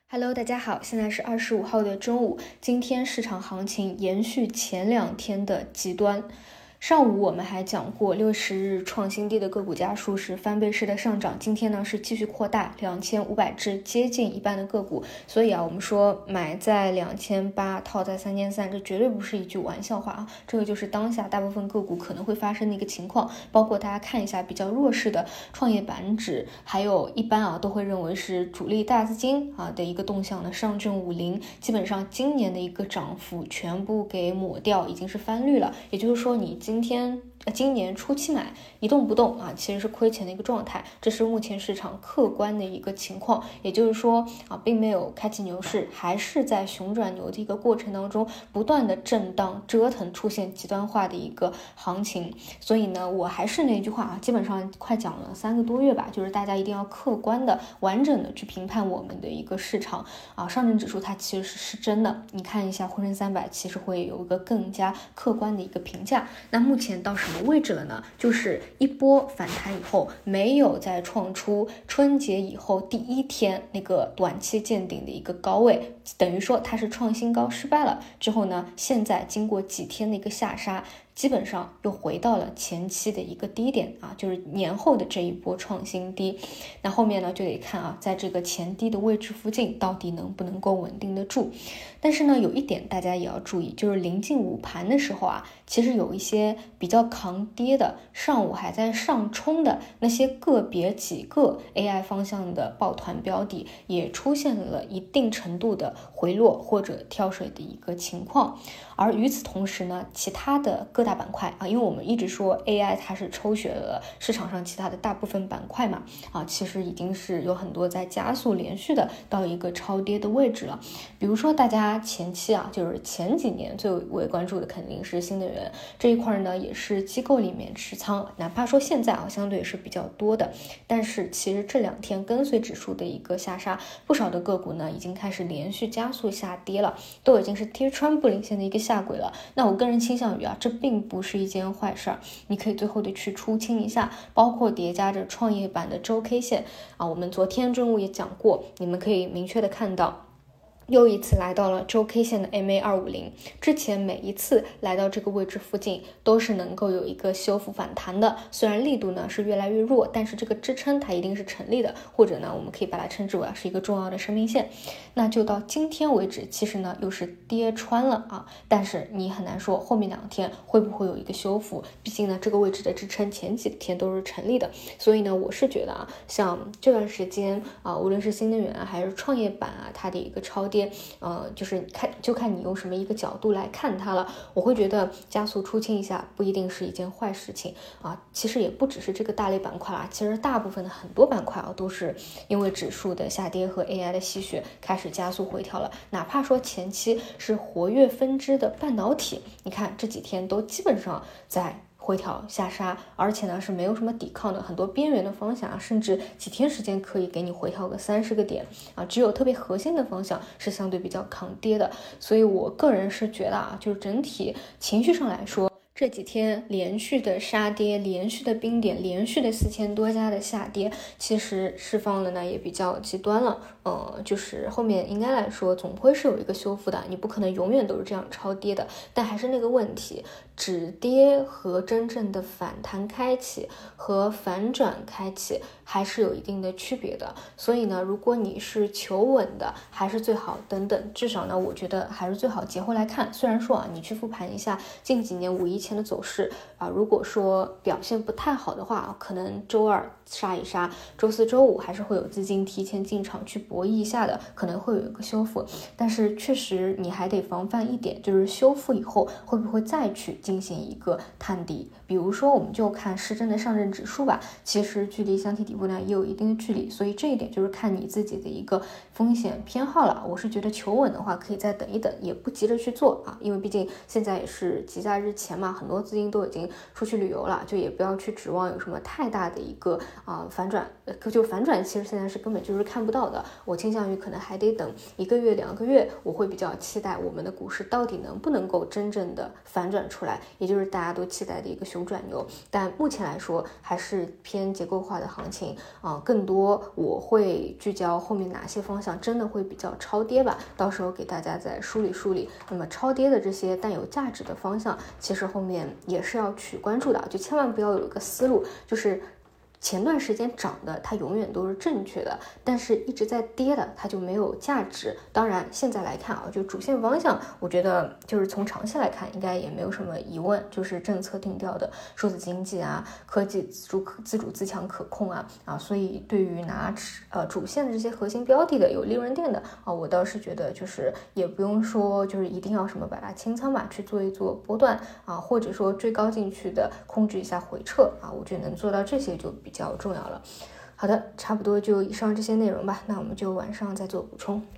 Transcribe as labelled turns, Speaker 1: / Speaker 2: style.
Speaker 1: Hello，大家好，现在是25号的中午。今天市场行情延续前2天的极端。上午我们还讲过60日创新低的个股家数是翻倍式的上涨，今天呢是继续扩大，2500只，接近一半的个股。所以我们说买在2800，套在3300，这绝对不是一句玩笑话啊！这个就是当下大部分个股可能会发生的一个情况。包括大家看一下比较弱势的创业板指，还有一般都会认为是主力大资金的一个动向的上证50，基本上今年的一个涨幅全部给抹掉，已经是翻绿了。也就是说，你今年初期买一动不动其实是亏钱的一个状态，这是目前市场客观的一个情况。也就是说并没有开启牛市，还是在熊转牛的一个过程当中不断的震荡折腾，出现极端化的一个行情。所以呢，我还是那句话基本上快讲了3个多月吧，就是大家一定要客观的、完整的去评判我们的一个市场上证指数它其实是失真的，你看一下沪深300，其实会有一个更加客观的一个评价。那目前到什么位置了呢？就是一波反弹以后，没有再创出春节以后第1天那个短期见顶的一个高位，等于说它是创新高失败了。之后呢，现在经过几天的一个下杀，基本上又回到了前期的一个低点就是年后的这一波创新低。那后面呢就得看在这个前低的位置附近到底能不能够稳定得住。但是呢，有一点大家也要注意，就是临近午盘的时候其实有一些比较抗跌的，上午还在上冲的那些个别几个 AI 方向的抱团标的，也出现了一定程度的回落或者跳水的一个情况。而与此同时呢，其他的各大板块因为我们一直说 AI 它是抽血了市场上其他的大部分板块嘛其实已经是有很多在加速连续的到一个超跌的位置了。比如说大家前期就是前几年最为关注的肯定是新能源这一块呢，也是机构里面持仓，哪怕说现在相对是比较多的，但是其实这2天跟随指数的一个下杀，不少的个股呢已经开始连续加速下跌了，都已经是跌穿布林线的一个下轨了。那我个人倾向于这并不是一件坏事儿，你可以最后的去出清一下，包括叠加着创业板的周 K 线我们昨天中午也讲过，你们可以明确的看到又一次来到了周 K 线的 MA250， 之前每一次来到这个位置附近都是能够有一个修复反弹的，虽然力度呢是越来越弱，但是这个支撑它一定是成立的，或者呢我们可以把它称之为是一个重要的生命线。那就到今天为止，其实呢又是跌穿了但是你很难说后面2天会不会有一个修复，毕竟呢这个位置的支撑前几天都是成立的。所以呢我是觉得像这段时间无论是新能源还是创业板它的一个超跌就是看你用什么一个角度来看它了。我会觉得加速出清一下不一定是一件坏事情其实也不只是这个大类板块其实大部分的很多板块都是因为指数的下跌和 AI 的吸血开始加速回调了。哪怕说前期是活跃分支的半导体，你看这几天都基本上在回调下杀，而且呢是没有什么抵抗的，很多边缘的方向甚至几天时间可以给你回调个30个点只有特别核心的方向是相对比较抗跌的。所以我个人是觉得就是整体情绪上来说，这几天连续的杀跌，连续的冰点，连续的4000多家的下跌，其实释放的呢也比较极端了。就是后面应该来说总会是有一个修复的，你不可能永远都是这样超跌的。但还是那个问题，止跌和真正的反弹开启和反转开启还是有一定的区别的。所以呢，如果你是求稳的，还是最好等等，至少呢我觉得还是最好结合来看。虽然说你去复盘一下近几年5一前的走势如果说表现不太好的话可能周二杀一杀，周四周五还是会有资金提前进场去博弈一下的，可能会有一个修复。但是确实你还得防范一点，就是修复以后会不会再去进行一个探底。比如说我们就看失真的上证指数吧，其实距离箱体底部呢也有一定的距离，所以这一点就是看你自己的一个风险偏好了。我是觉得求稳的话可以再等一等，也不急着去做因为毕竟现在也是节假日前嘛，很多资金都已经出去旅游了，就也不要去指望有什么太大的一个反转。就反转其实现在是根本就是看不到的，我倾向于可能还得等1个月2个月，我会比较期待我们的股市到底能不能够真正的反转出来，也就是大家都期待的一个熊转牛。但目前来说还是偏结构化的行情更多我会聚焦后面哪些方向向真的会比较超跌吧，到时候给大家再梳理梳理。那么超跌的这些但有价值的方向，其实后面也是要去关注的，就千万不要有一个思路，就是前段时间涨的它永远都是正确的，但是一直在跌的它就没有价值。当然现在来看啊，就主线方向我觉得就是从长期来看应该也没有什么疑问，就是政策定调的数字经济啊，科技自主自强可控啊，所以对于拿主线的这些核心标的的有利润垫的我倒是觉得就是也不用说就是一定要什么把它清仓嘛，去做一做波段或者说追高进去的控制一下回撤我觉得能做到这些就比较重要了。好的，差不多就以上这些内容吧，那我们就晚上再做补充。